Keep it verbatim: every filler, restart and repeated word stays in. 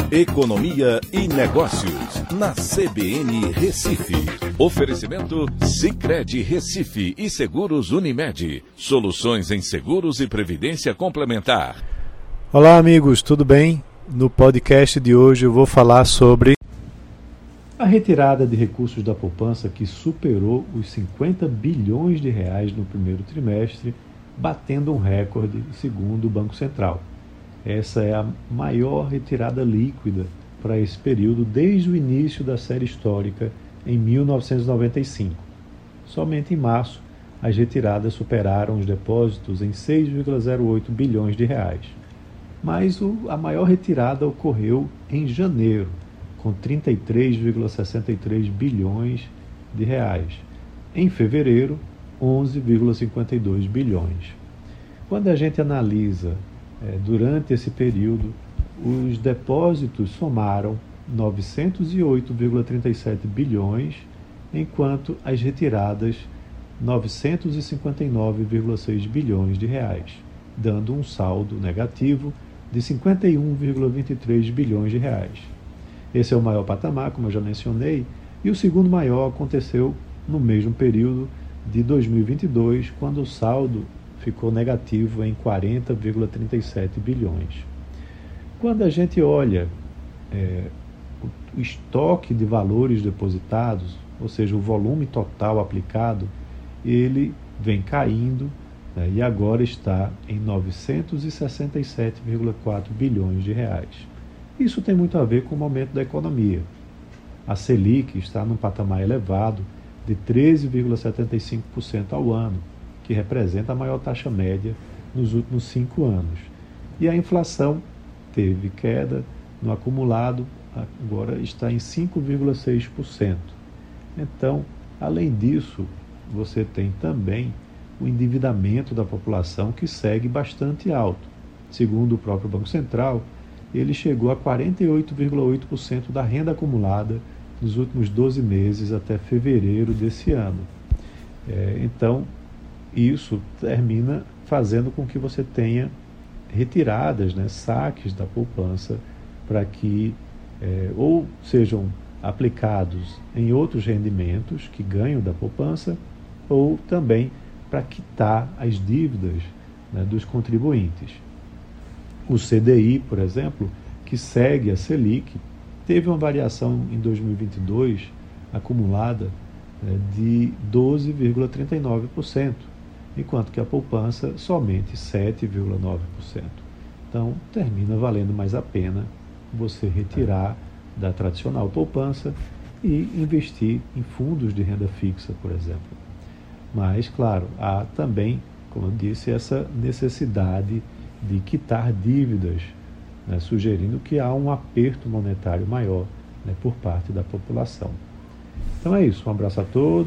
Economia e Negócios, na C B N Recife. Oferecimento Sicredi Recife e Seguros Unimed. Soluções em seguros e previdência complementar. Olá amigos, tudo bem? No podcast de hoje eu vou falar sobre a retirada de recursos da poupança que superou os cinquenta bilhões de reais no primeiro trimestre, batendo um recorde segundo o Banco Central. Essa é a maior retirada líquida para esse período desde o início da série histórica em mil novecentos e noventa e cinco. Somente em março, as retiradas superaram os depósitos em seis vírgula zero oito bilhões de reais. Mas o, a maior retirada ocorreu em janeiro, com trinta e três vírgula sessenta e três bilhões de reais. Em fevereiro, onze vírgula cinquenta e dois bilhões. Quando a gente analisa É, durante esse período, os depósitos somaram novecentos e oito vírgula trinta e sete bilhões, enquanto as retiradas novecentos e cinquenta e nove vírgula seis bilhões de reais, dando um saldo negativo de cinquenta e um vírgula vinte e três bilhões de reais. Esse é o maior patamar, como eu já mencionei, e o segundo maior aconteceu no mesmo período de dois mil e vinte e dois, quando o saldo ficou negativo em quarenta vírgula trinta e sete bilhões. Quando a gente olha é, o estoque de valores depositados, ou seja, o volume total aplicado, ele vem caindo, né, e agora está em novecentos e sessenta e sete vírgula quatro bilhões de reais. Isso tem muito a ver com o momento da economia. A Selic está num patamar elevado de treze vírgula setenta e cinco por cento ao ano, que representa a maior taxa média nos últimos cinco anos. E a inflação teve queda no acumulado, agora está em cinco vírgula seis por cento. Então, além disso, você tem também o endividamento da população, que segue bastante alto. Segundo o próprio Banco Central, ele chegou a quarenta e oito vírgula oito por cento da renda acumulada nos últimos doze meses até fevereiro desse ano. É, então, isso termina fazendo com que você tenha retiradas, né, saques da poupança, para que é, ou sejam aplicados em outros rendimentos que ganham da poupança, ou também para quitar as dívidas, né, dos contribuintes. O C D I, por exemplo, que segue a Selic, teve uma variação em dois mil e vinte e dois acumulada, né, de doze vírgula trinta e nove por cento. Enquanto que a poupança somente sete vírgula nove por cento. Então, termina valendo mais a pena você retirar da tradicional poupança e investir em fundos de renda fixa, por exemplo. Mas, claro, há também, como eu disse, essa necessidade de quitar dívidas, né, sugerindo que há um aperto monetário maior, né, por parte da população. Então é isso, um abraço a todos.